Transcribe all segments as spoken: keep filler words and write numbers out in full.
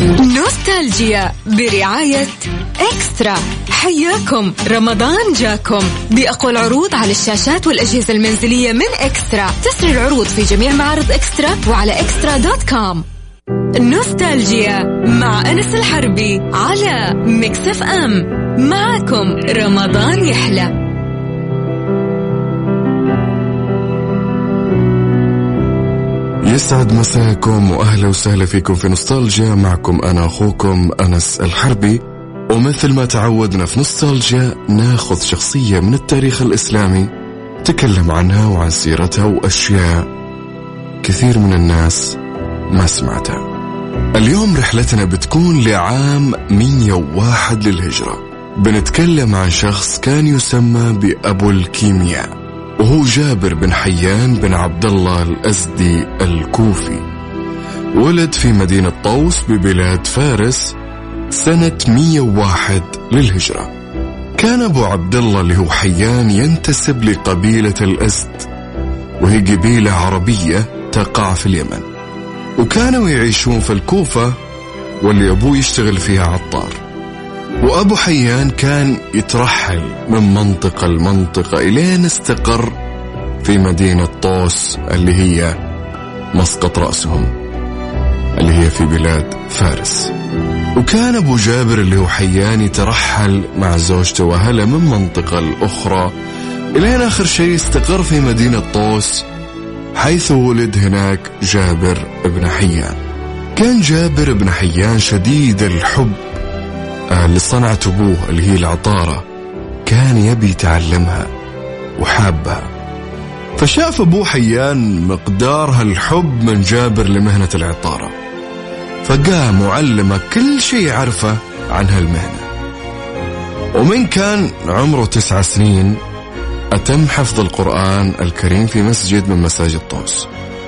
نوستالجيا برعاية إكسترا. حياكم رمضان جاكم بأقوى العروض على الشاشات والأجهزة المنزلية من إكسترا. تسري العروض في جميع معارض إكسترا وعلى إكسترا دوت كوم. نوستالجيا مع أنس الحربي على ميكس اف ام. معكم رمضان يحلى. يسعد مساكم وأهلا وسهلا فيكم في نوستالجيا. معكم أنا أخوكم أنس الحربي. ومثل ما تعودنا في نوستالجيا ناخذ شخصية من التاريخ الإسلامي تكلم عنها وعن سيرتها وأشياء كثير من الناس ما سمعتها. اليوم رحلتنا بتكون لعام مئة وواحد للهجرة. بنتكلم عن شخص كان يسمى بأبو الكيمياء، وهو جابر بن حيان بن عبد الله الأزدي الكوفي. ولد في مدينة طوس ببلاد فارس سنة مئة وواحد للهجرة. كان أبو عبد الله اللي هو حيان ينتسب لقبيلة الأزد، وهي قبيلة عربية تقع في اليمن، وكانوا يعيشون في الكوفة واللي أبوه يشتغل فيها عطار. وأبو حيان كان يترحل من منطقة لمنطقة إلين استقر في مدينة طوس اللي هي مسقط رأسهم اللي هي في بلاد فارس. وكان أبو جابر اللي هو حيان يترحل مع زوجته وأهله من منطقة لأخرى إلين آخر شيء استقر في مدينة طوس، حيث ولد هناك جابر بن حيان. كان جابر بن حيان شديد الحب لصنعة أبوه اللي هي العطارة، كان يبي يتعلمها وحابها. فشاف أبو حيان مقدار هالحب من جابر لمهنة العطارة، فقام وعلمه كل شيء يعرفه عن هالمهنة. ومن كان عمره تسع سنين أتم حفظ القرآن الكريم في مسجد من مساجد طوس.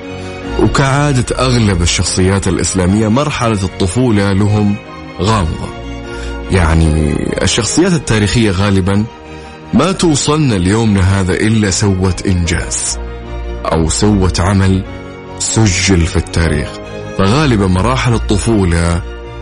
وكعادة أغلب الشخصيات الإسلامية مرحلة الطفولة لهم غامضة، يعني الشخصيات التاريخية غالبا ما توصلنا ليومنا هذا إلا سوت إنجاز أو سوت عمل سجل في التاريخ. فغالبا مراحل الطفولة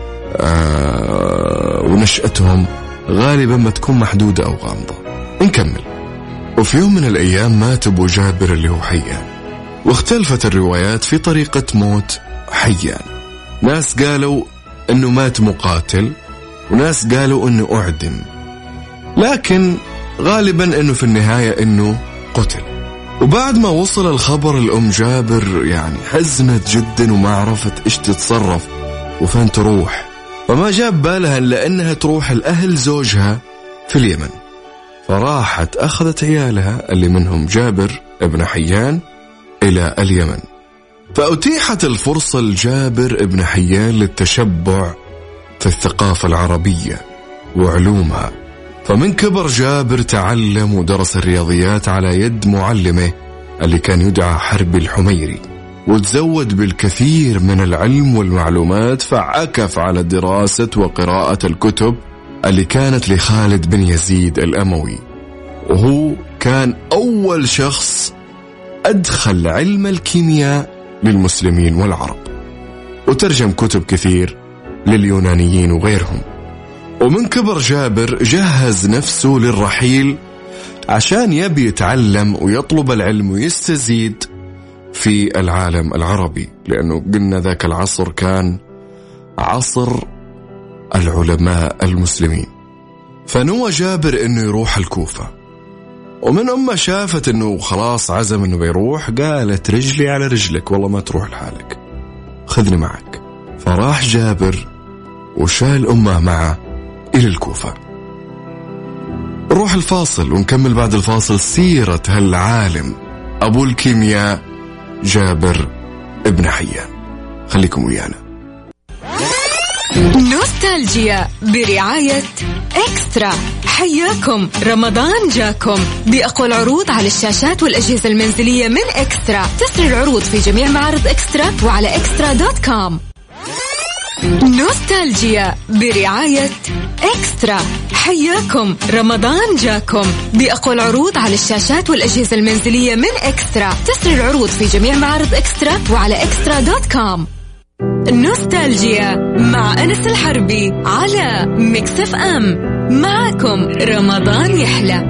آه ونشأتهم غالبا ما تكون محدودة أو غامضة. نكمل. وفي يوم من الأيام مات أبو جابر اللي هو حيان، واختلفت الروايات في طريقة موت حيان. ناس قالوا أنه مات مقاتل، وناس قالوا أنه أعدم، لكن غالبا أنه في النهاية أنه قتل. وبعد ما وصل الخبر الأم جابر يعني حزنت جدا وما عرفت إيش تتصرف وفين تروح، فما جاب بالها إلا أنها تروح الأهل زوجها في اليمن. فراحت أخذت عيالها اللي منهم جابر ابن حيان إلى اليمن. فأتيحت الفرصة لجابر ابن حيان للتشبع في الثقافة العربية وعلومها. فمن كبر جابر تعلم ودرس الرياضيات على يد معلمه اللي كان يدعى حربي الحميري، وتزود بالكثير من العلم والمعلومات. فعكف على دراسة وقراءة الكتب اللي كانت لخالد بن يزيد الأموي، وهو كان أول شخص أدخل علم الكيمياء للمسلمين والعرب، وترجم كتب كثير لليونانيين وغيرهم. ومن كبر جابر جهز نفسه للرحيل عشان يبي يتعلم ويطلب العلم ويستزيد في العالم العربي، لأنه قلنا ذاك العصر كان عصر العلماء المسلمين. فنوى جابر انه يروح الكوفة، ومن أمه شافت انه خلاص عزم انه بيروح، قالت رجلي على رجلك، والله ما تروح لحالك، خذني معك. فراح جابر وشال أمه معه إلى الكوفة. نروح الفاصل ونكمل بعد الفاصل سيرة هالعالم أبو الكيمياء جابر ابن حيان. خليكم ويانا. نوستالجيا برعاية إكسترا. حياكم رمضان جاكم بأقوى العروض على الشاشات والأجهزة المنزلية من إكسترا. تسري العروض في جميع معارض إكسترا وعلى إكسترا دوت كوم. نوستالجيا برعاية إكسترا. حياكم رمضان جاكم بأقوى العروض على الشاشات والأجهزة المنزلية من إكسترا. تسري العروض في جميع معارض إكسترا وعلى إكسترا دوت كوم. نوستالجيا مع أنس الحربي على ميكس اف ام. معكم رمضان يحلى.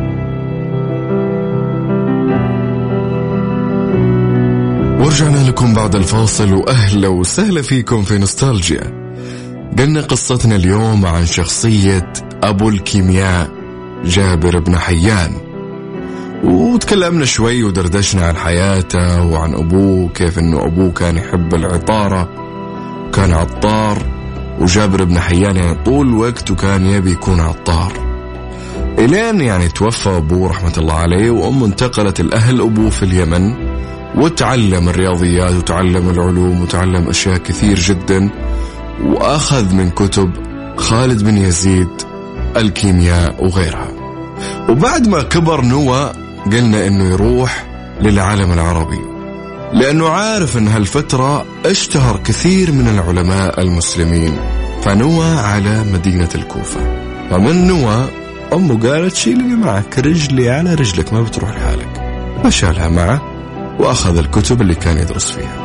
ورجعنا لكم بعد الفاصل، وأهلا وسهلا فيكم في نوستالجيا. قلنا قصتنا اليوم عن شخصية أبو الكيمياء جابر بن حيان، وتكلمنا شوي ودردشنا عن حياته وعن أبوه، كيف أنه أبوه كان يحب العطارة، كان عطار، وجابر بن حيان يعني طول الوقت وكان يبي يكون عطار، إلين يعني توفى أبوه رحمة الله عليه، وأمه انتقلت الأهل أبوه في اليمن، وتعلم الرياضيات وتعلم العلوم وتعلم أشياء كثير جدا، وأخذ من كتب خالد بن يزيد الكيمياء وغيرها. وبعد ما كبر نوى قلنا إنه يروح للعالم العربي، لأنه عارف إن هالفترة اشتهر كثير من العلماء المسلمين، فنوى على مدينة الكوفة. فمن نوى أمه قالت شيلني معك، رجلي على رجلك، ما بتروح لحالك. فشالها معه وأخذ الكتب اللي كان يدرس فيها.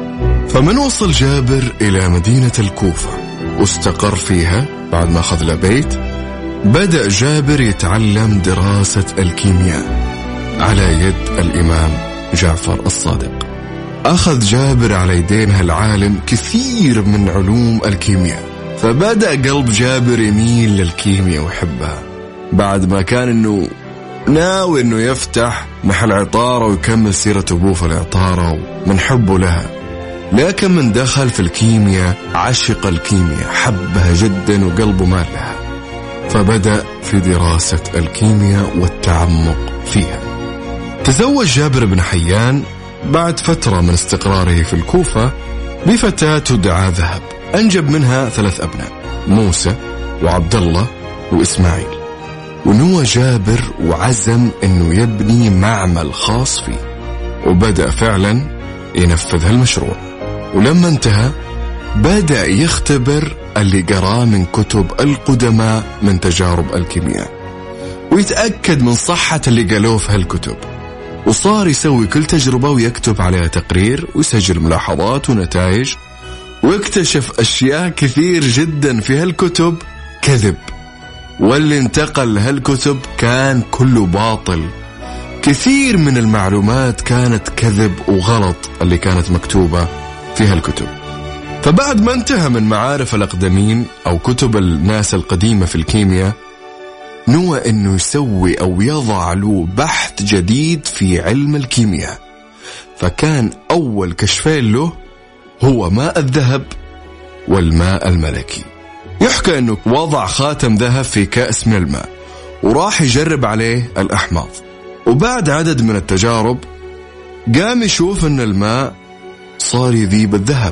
فمن وصل جابر إلى مدينة الكوفة واستقر فيها بعد ما أخذ له بيت، بدأ جابر يتعلم دراسة الكيمياء على يد الإمام جعفر الصادق. أخذ جابر على يدين هالعالم كثير من علوم الكيمياء، فبدأ قلب جابر يميل للكيمياء ويحبها، بعد ما كان إنه ناوي إنه يفتح محل عطارة ويكمل سيرة أبوه في العطارة من حبه لها، لكن من دخل في الكيمياء عشق الكيمياء، حبها جدا وقلبه مال لها، فبدأ في دراسة الكيمياء والتعمق فيها. تزوج جابر بن حيان بعد فترة من استقراره في الكوفة بفتاة تدعى ذهب، أنجب منها ثلاث أبناء، موسى وعبد الله وإسماعيل. ونوى جابر وعزم أنه يبني معمل خاص فيه، وبدأ فعلا ينفذ هالمشروع. ولما انتهى بدأ يختبر اللي قراه من كتب القدماء من تجارب الكيمياء، ويتأكد من صحة اللي قالوه في هالكتب، وصار يسوي كل تجربة ويكتب عليها تقرير ويسجل ملاحظات ونتائج، واكتشف أشياء كثير جدا في هالكتب كذب، واللي انتقل هالكتب كان كله باطل. كثير من المعلومات كانت كذب وغلط اللي كانت مكتوبة في هالكتب. فبعد ما انتهى من معارف الأقدمين أو كتب الناس القديمة في الكيمياء، نوى أنه يسوي أو يضع له بحث جديد في علم الكيمياء. فكان أول كشفين له هو ماء الذهب والماء الملكي. يحكى أنه وضع خاتم ذهب في كأس من الماء وراح يجرب عليه الأحماض، وبعد عدد من التجارب قام يشوف أن الماء صار يذيب الذهب،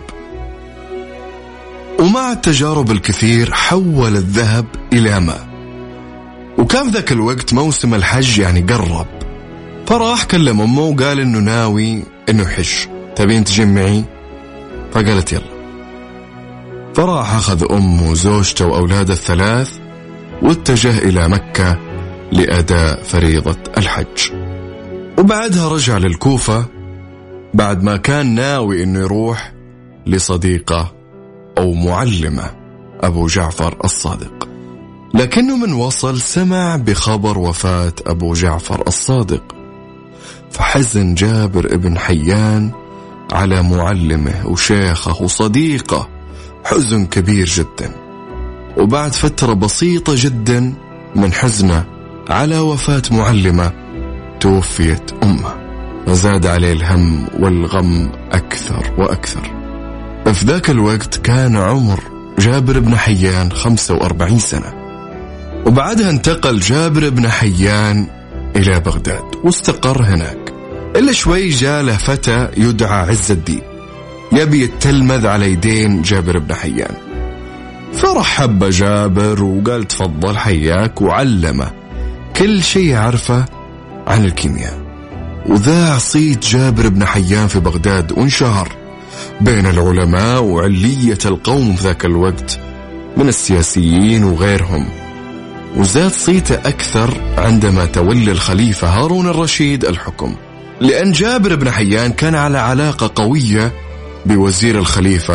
ومع التجارب الكثير حول الذهب إلى ماء. وكان ذاك الوقت موسم الحج يعني قرب، فراح كلم أمه وقال إنه ناوي إنه يحج، تبين تجي معي؟ فقالت يلا. فراح أخذ أمه وزوجته وأولاده الثلاث واتجه إلى مكة لأداء فريضة الحج. وبعدها رجع للكوفة بعد ما كان ناوي إنه يروح لصديقه أو معلمه أبو جعفر الصادق، لكنه من وصل سمع بخبر وفاة أبو جعفر الصادق، فحزن جابر ابن حيان على معلمه وشيخه وصديقه حزن كبير جدا. وبعد فترة بسيطة جدا من حزنه على وفاة معلمه توفيت أمه، وزاد عليه الهم والغم أكثر وأكثر. في ذاك الوقت كان عمر جابر بن حيان خمسة وأربعين سنة. وبعدها انتقل جابر بن حيان إلى بغداد واستقر هناك. إلا شوي جاء له فتى يدعى عز الدين يبي يتلمذ على يدين جابر بن حيان، فرحب جابر وقال تفضل حياك، وعلمه كل شيء يعرفه عن الكيمياء. وذاع صيت جابر بن حيان في بغداد وانشهر بين العلماء وعلية القوم في ذاك الوقت من السياسيين وغيرهم. وزاد صيته أكثر عندما تولي الخليفة هارون الرشيد الحكم، لأن جابر بن حيان كان على علاقة قوية بوزير الخليفة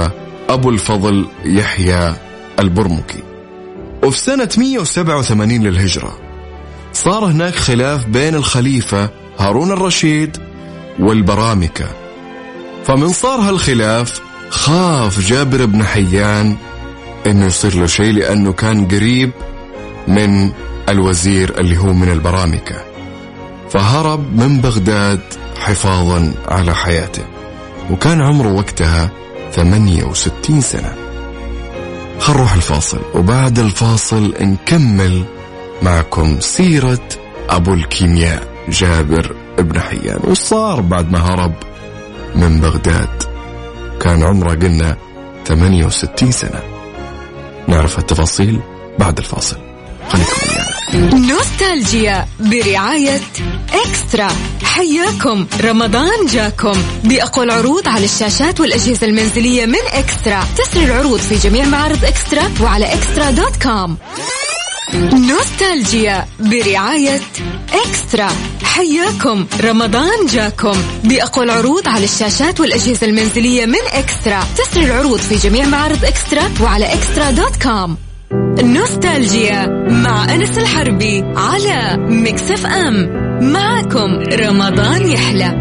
أبو الفضل يحيى البرمكي. وفي سنة مئة وسبعة وثمانين للهجرة صار هناك خلاف بين الخليفة هارون الرشيد والبرامكة. فمن صار هالخلاف خاف جابر بن حيان إنه يصير له شيء، لأنه كان قريب من الوزير اللي هو من البرامكة، فهرب من بغداد حفاظا على حياته، وكان عمره وقتها ثمانية وستين سنة. خل نروح الفاصل، وبعد الفاصل نكمل معكم سيرة أبو الكيمياء جابر بن حيان وش صار بعد ما هرب من بغداد. كان عمره قلنا ثمانية وستين سنة. نعرف التفاصيل بعد الفاصل، خليكم معنا. نوستالجيا برعاية إكسترا. حياكم رمضان جاكم بأقوى العروض على الشاشات والأجهزة المنزلية من إكسترا. تسري العروض في جميع معارض إكسترا وعلى إكسترا دوت كوم. نوستالجيا برعاية إكسترا. حياكم رمضان جاكم بأقوى العروض على الشاشات والأجهزة المنزلية من إكسترا. تسري العروض في جميع معارض إكسترا وعلى إكسترا دوت كوم. نوستالجيا مع أنس الحربي على ميكس اف ام. معكم رمضان يحلى.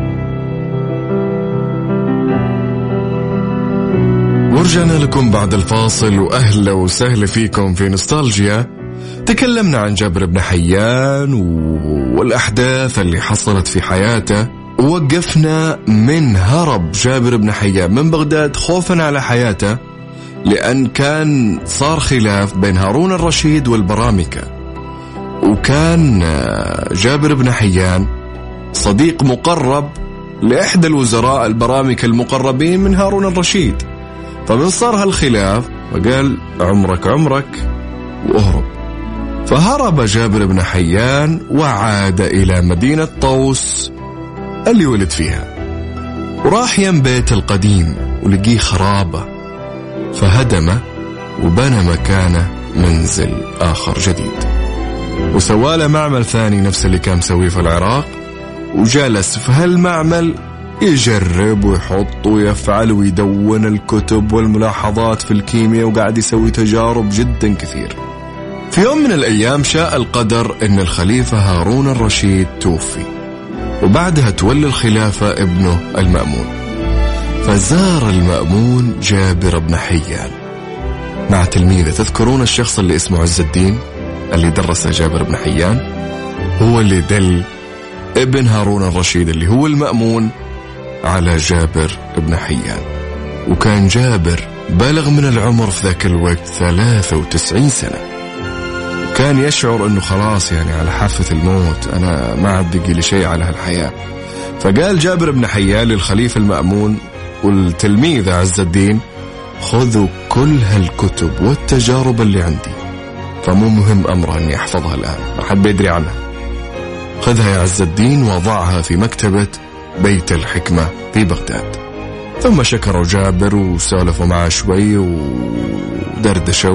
ورجعنا لكم بعد الفاصل، وأهلا وسهلا فيكم في نوستالجيا. تكلمنا عن جابر بن حيان والأحداث اللي حصلت في حياته، ووقفنا من هرب جابر بن حيان من بغداد خوفا على حياته، لأن كان صار خلاف بين هارون الرشيد والبرامكة، وكان جابر بن حيان صديق مقرب لإحدى الوزراء البرامكة المقربين من هارون الرشيد. فمن صار هالخلاف وقال عمرك عمرك وأهرب. فهرب جابر بن حيان وعاد إلى مدينة طوس اللي ولد فيها، وراح يم بيت القديم ولقيه خرابة، فهدمه وبنى مكانه منزل آخر جديد، وسواله معمل ثاني نفس اللي كان مسويه في العراق، وجلس في هالمعمل يجرب ويحط ويفعل ويدون الكتب والملاحظات في الكيمياء، وقاعد يسوي تجارب جدا كثير. في يوم من الأيام شاء القدر أن الخليفة هارون الرشيد توفي، وبعدها تولى الخلافة ابنه المأمون. فزار المأمون جابر بن حيان مع تلميذه. تذكرون الشخص اللي اسمه عز الدين اللي درسه جابر بن حيان؟ هو اللي دل ابن هارون الرشيد اللي هو المأمون على جابر بن حيان. وكان جابر بلغ من العمر في ذاك الوقت ثلاثة وتسعين سنة، كان يشعر أنه خلاص يعني على حافة الموت، أنا ما عاد بقي لي شيء على هالحياة. فقال جابر بن حيان للخليفة المأمون والتلميذ عز الدين: خذوا كل هالكتب والتجارب اللي عندي، فمو مهم أمره أني أحفظها الآن، ما حد بيدري عنها. خذها يا عز الدين وضعها في مكتبة بيت الحكمة في بغداد. ثم شكروا جابر وسالفوا معه شوي ودردشوا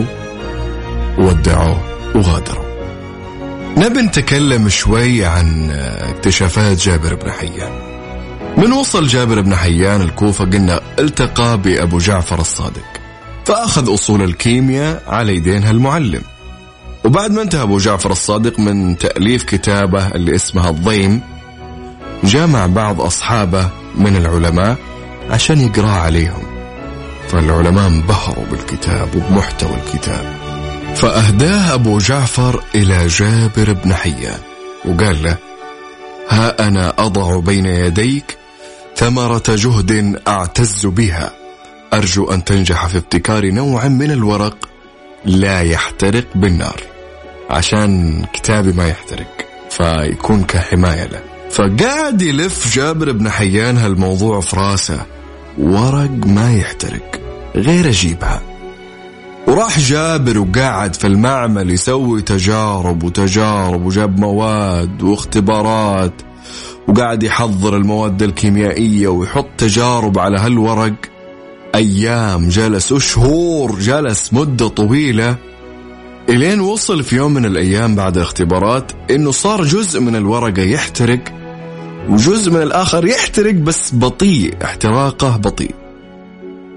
وودعوه وغادروا. نبي نتكلم شوي عن اكتشافات جابر بن حيان. من وصل جابر بن حيان الكوفة قلنا التقى بأبو جعفر الصادق، فأخذ أصول الكيمياء على يدين هالمعلم. وبعد ما انتهى أبو جعفر الصادق من تأليف كتابه اللي اسمها الضيم، جمع بعض أصحابه من العلماء عشان يقرأ عليهم. فالعلماء انبهروا بالكتاب وبمحتوى الكتاب، فأهداه أبو جعفر إلى جابر بن حيان وقال له: ها أنا أضع بين يديك ثمرة جهد أعتز بها، أرجو أن تنجح في ابتكار نوع من الورق لا يحترق بالنار، عشان كتابي ما يحترق فيكون كحماية له. فقاعد يلف جابر بن حيان هالموضوع في راسه، ورق ما يحترق غير أجيبها. وراح جابر وقاعد في المعمل يسوي تجارب وتجارب، وجاب مواد واختبارات، وقاعد يحضر المواد الكيميائية ويحط تجارب على هالورق. أيام جلس، شهور جلس، مدة طويلة، إلين وصل في يوم من الأيام بعد الاختبارات إنه صار جزء من الورقة يحترق وجزء من الآخر يحترق بس بطيء، احتراقه بطيء.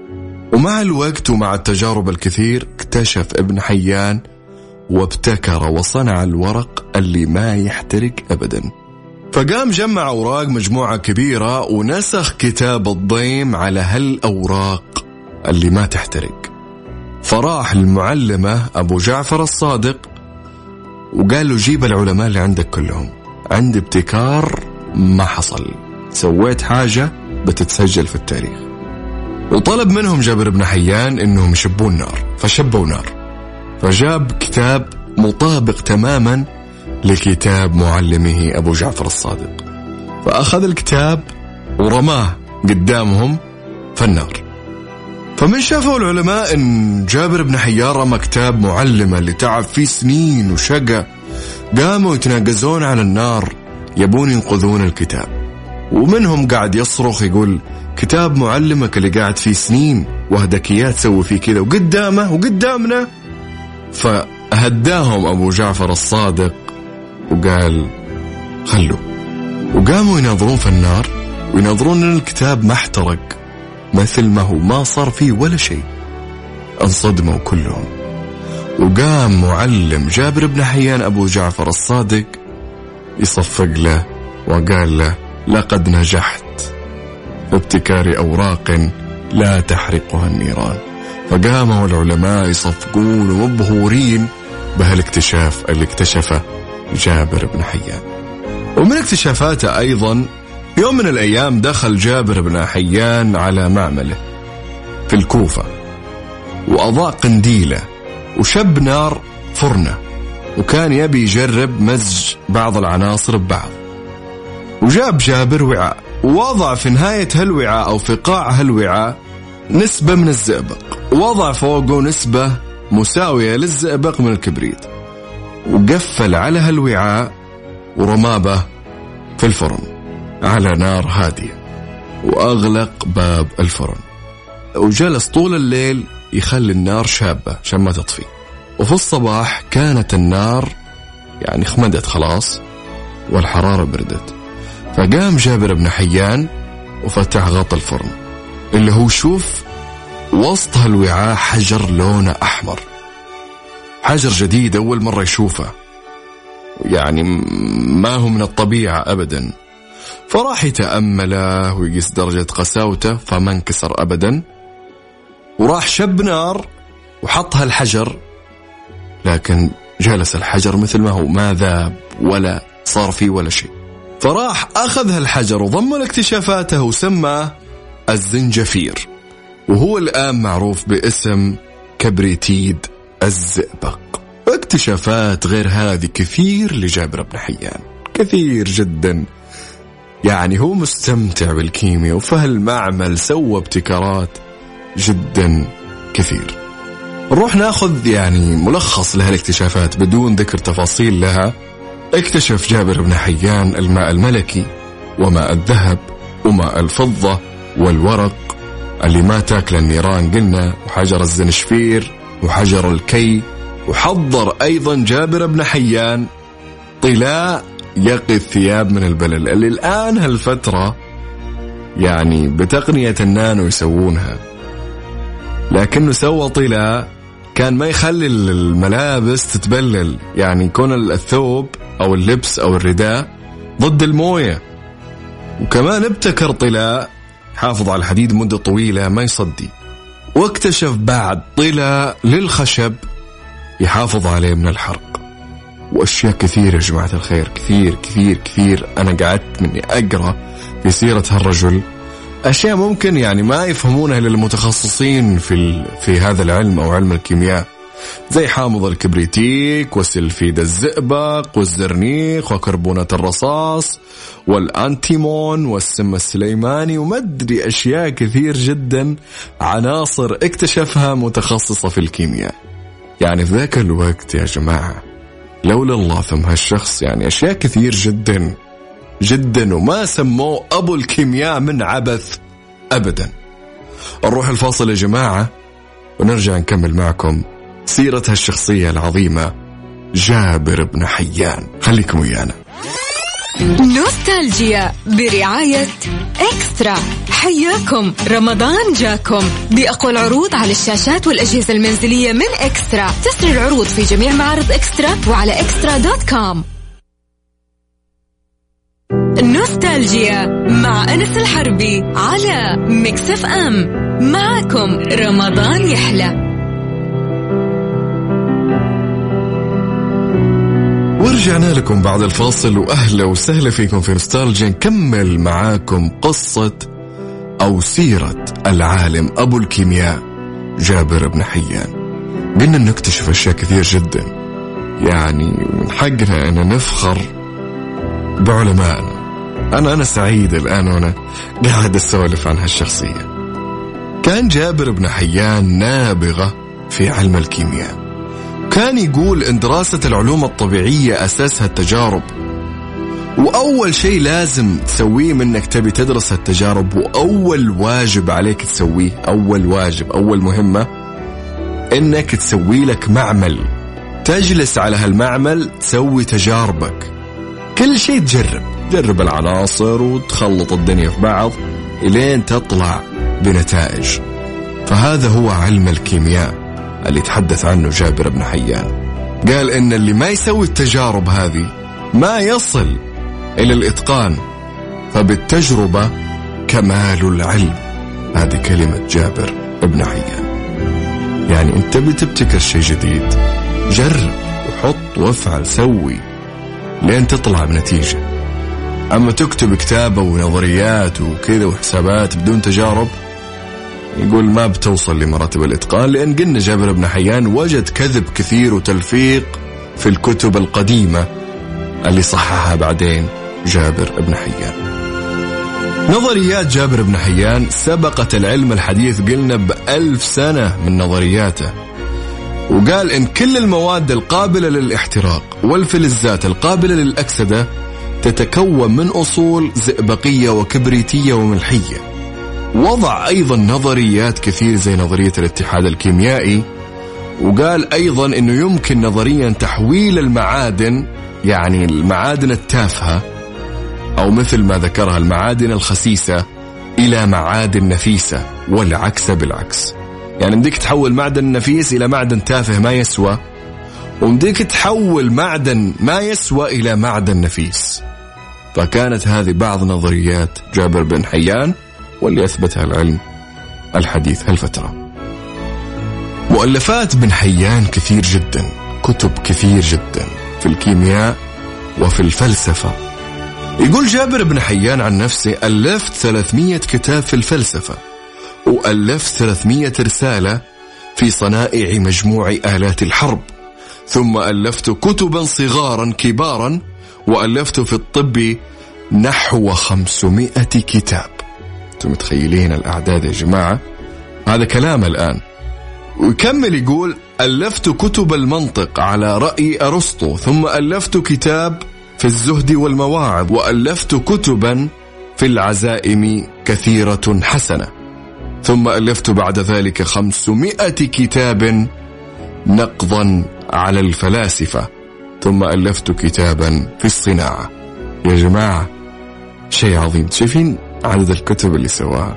ومع الوقت ومع التجارب الكثير اكتشف ابن حيان وابتكر وصنع الورق اللي ما يحترق أبدا. فقام جمع أوراق مجموعة كبيرة ونسخ كتاب الضيم على هالأوراق اللي ما تحترق. فراح المعلمة أبو جعفر الصادق وقال له جيب العلماء اللي عندك كلهم، عندي ابتكار ما حصل، سويت حاجة بتتسجل في التاريخ. وطلب منهم جابر بن حيان إنهم يشبون نار، فشبوا نار، فجاب كتاب مطابق تماما لكتاب معلمه أبو جعفر الصادق، فأخذ الكتاب ورماه قدامهم في النار. فمن شافوا العلماء إن جابر بن حيان رمى كتاب معلمه اللي تعب فيه سنين وشقى، قاموا يتناقزون على النار يبون ينقذون الكتاب. ومنهم قاعد يصرخ يقول كتاب معلمك اللي قاعد فيه سنين وهدكيات سوي فيه كذا وقدامه وقدامنا. فهداهم أبو جعفر الصادق وقال خلوا، وقاموا ينظرون في النار وينظرون ان الكتاب ما احترق مثل ما هو، ما صار فيه ولا شيء. انصدموا كلهم. وقام معلم جابر بن حيان أبو جعفر الصادق يصفق له وقال له لقد نجحت بابتكار أوراق لا تحرقها النيران. فقاموا العلماء يصفقون ومبهورين بهالاكتشاف اللي اكتشفه جابر بن حيان. ومن اكتشافاته أيضا يوم من الأيام دخل جابر بن حيان على معمله في الكوفة وأضاء قنديله وشب نار فرنة، وكان يبي يجرب مزج بعض العناصر ببعض. وجاب جابر وعاء ووضع في نهاية هالوعاء أو في قاع هالوعاء نسبة من الزئبق، ووضع فوقه نسبة مساوية للزئبق من الكبريت، وقفل على هالوعاء ورماه به في الفرن على نار هادية، وأغلق باب الفرن، وجلس طول الليل يخلي النار شابة عشان ما تطفي. وفي الصباح كانت النار يعني خمدت خلاص والحرارة بردت. فقام جابر بن حيان وفتح غطى الفرن اللي هو شوف وسط هالوعاء حجر لونه أحمر، حجر جديد أول مرة يشوفه، يعني ما هو من الطبيعة أبدا. فراح يتأمله ويقيس درجة قساوته فما انكسر أبدا، وراح شب نار وحط هالحجر، لكن جلس الحجر مثل ما هو، ما ذاب ولا صار فيه ولا شيء. فراح أخذ هالحجر وضم لاكتشافاته وسماه الزنجفير، وهو الآن معروف باسم كبريتيد الزئبق. واكتشافات غير هذه كثير لجابر بن حيان، كثير جدا، يعني هو مستمتع بالكيمياء وفي هالمعمل سوى ابتكارات جدا كثير. نروح ناخذ يعني ملخص لهالاكتشافات بدون ذكر تفاصيل لها. اكتشف جابر بن حيان الماء الملكي وماء الذهب وماء الفضة والورق اللي ما تاكل النيران قلنا، وحجر الزنشفير وحجر الكي. وحضر أيضا جابر بن حيان طلاء يقي الثياب من البلل اللي الآن هالفترة يعني بتقنية النانو يسوونها، لكنه سوى طلاء كان ما يخلي الملابس تتبلل، يعني يكون الثوب أو اللبس أو الرداء ضد الموية. وكمان ابتكر طلاء حافظ على الحديد مدة طويلة ما يصدي. واكتشف بعد طلاء للخشب يحافظ عليه من الحرق، وأشياء كثير يا جماعة الخير، كثير كثير كثير. أنا قعدت مني أقرأ في سيرة هالرجل أشياء ممكن يعني ما يفهمونها إلا المتخصصين في في هذا العلم أو علم الكيمياء، زي حامض الكبريتيك وسلفيد الزئبق والزرنيخ وكربونات الرصاص والأنتيمون والسم السليماني ومدري أشياء كثير جدا، عناصر اكتشفها متخصصة في الكيمياء. يعني في ذاك الوقت يا جماعة لولا الله ثم هالشخص يعني أشياء كثير جدا جدا، وما سموه أبو الكيمياء من عبث أبدا. نروح الفاصل يا جماعة ونرجع نكمل معكم سيرة هالشخصية العظيمة جابر بن حيان. خليكم ويانا. نوستالجيا برعاية إكسترا. حياكم رمضان جاكم بأقوى العروض على الشاشات والأجهزة المنزلية من إكسترا. تسري العروض في جميع معارض إكسترا وعلى إكسترا دوت كوم. نوستالجيا مع أنس الحربي على ميكس اف ام. معكم رمضان يحلى. ورجعنا لكم بعد الفاصل، وأهلا وسهلا فيكم في نوستالجيا. نكمل معاكم قصة أو سيرة العالم أبو الكيمياء جابر بن حيان. قلنا نكتشف أشياء كثير جدا، يعني من حقنا أن نفخر بعلمائنا. أنا أنا سعيد الآن وأنا قاعد أسولف عن هالشخصية. كان جابر بن حيان نابغة في علم الكيمياء. كان يقول إن دراسة العلوم الطبيعية أساسها التجارب، وأول شيء لازم تسويه منك تبي تدرس التجارب، وأول واجب عليك تسويه، أول واجب أول مهمة إنك تسوي لك معمل، تجلس على هالمعمل تسوي تجاربك. كل شيء تجرب تجرب العناصر وتخلط الدنيا في بعض إلين تطلع بنتائج. فهذا هو علم الكيمياء اللي تحدث عنه جابر بن حيان. قال إن اللي ما يسوي التجارب هذه ما يصل إلى الإتقان، فبالتجربة كمال العلم. هذه كلمة جابر بن حيان. يعني أنت بتبتكر شيء جديد، جرب وحط وافعل سوي لين تطلع بنتيجة. أما تكتب كتابة ونظريات وكذا وحسابات بدون تجارب، يقول ما بتوصل لمراتب الإتقان. لأن قلنا جابر بن حيان وجد كذب كثير وتلفيق في الكتب القديمة اللي صححها بعدين جابر بن حيان. نظريات جابر بن حيان سبقت العلم الحديث قلنا بألف سنة من نظرياته. وقال إن كل المواد القابلة للاحتراق والفلزات القابلة للأكسدة تتكون من أصول زئبقية وكبريتية وملحية. وضع أيضا نظريات كثير زي نظرية الاتحاد الكيميائي. وقال أيضا أنه يمكن نظريا تحويل المعادن، يعني المعادن التافهة أو مثل ما ذكرها المعادن الخسيسة، إلى معادن نفيسة، والعكس بالعكس. يعني مديك تحول معدن نفيس إلى معدن تافه ما يسوى، ومديك تحول معدن ما يسوى إلى معدن نفيس. فكانت هذه بعض نظريات جابر بن حيان واللي أثبتها العلم الحديث هالفترة. مؤلفات بن حيان كثير جدا، كتب كثير جدا في الكيمياء وفي الفلسفة. يقول جابر بن حيان عن نفسه: ألفت ثلاثمية كتاب في الفلسفة، وألفت ثلاثمية رسالة في صنائع مجموع آلات الحرب، ثم ألفت كتبا صغارا كبارا، وألفت في الطب نحو خمسمائة كتاب. أنتم متخيلين الأعداد يا جماعة؟ هذا كلام الآن. ويكمل يقول: ألفت كتب المنطق على رأي أرسطو، ثم ألفت كتاب في الزهد والمواعظ، وألفت كتبا في العزائم كثيرة حسنة، ثم ألفت بعد ذلك خمسمائة كتاب نقضا على الفلاسفة، ثم ألفت كتابا في الصناعة. يا جماعة شيء عظيم. شايفين عدد الكتب اللي سواها؟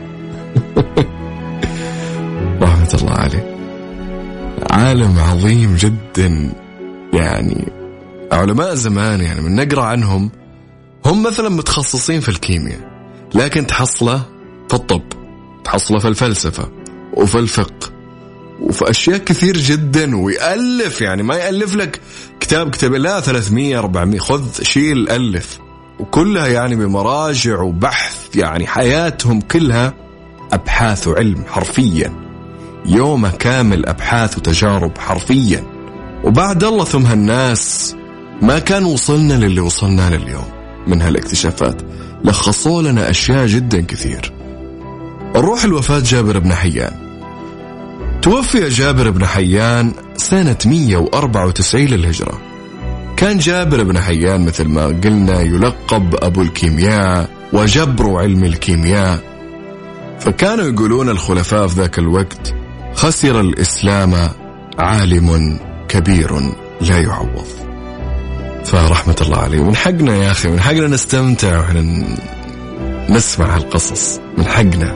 رحمة الله عليه. عالم عظيم جدا. يعني علماء زمان يعني من نقرأ عنهم هم مثلا متخصصين في الكيمياء، لكن تحصله في الطب، تحصله في الفلسفة وفي الفقه وفي أشياء كثير جدا. ويألف، يعني ما يألف لك كتاب كتاب لا ثلاثمية أربعمية، خذ شيل ألف، وكلها يعني بمراجع وبحث. يعني حياتهم كلها أبحاث وعلم حرفيا، يوم كامل أبحاث وتجارب حرفيا. وبعد الله ثم هالناس ما كان وصلنا للي وصلنا لليوم من هالاكتشافات. لخصوا لنا أشياء جدا كثير. نروح الوفاة جابر بن حيان. توفي جابر بن حيان سنة مئة وأربعة وتسعين للهجرة. كان جابر بن حيان مثل ما قلنا يلقب أبو الكيمياء وجبر علم الكيمياء. فكانوا يقولون الخلفاء في ذاك الوقت: خسر الإسلام عالم كبير لا يعوض. فرحمة الله عليه. من حقنا يا أخي، من حقنا نستمتع وإحنا نسمع هالقصص، من حقنا.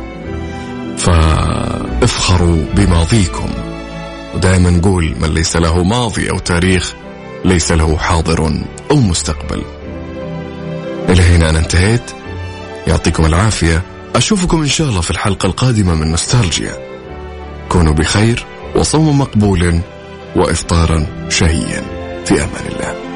فافخروا بماضيكم، ودائما نقول من ليس له ماضي أو تاريخ ليس له حاضر أو مستقبل. إلى هنا أنا انتهيت، يعطيكم العافية، أشوفكم إن شاء الله في الحلقة القادمة من نوستالجيا. كونوا بخير وصوم مقبول وإفطارا شهيا، في أمان الله.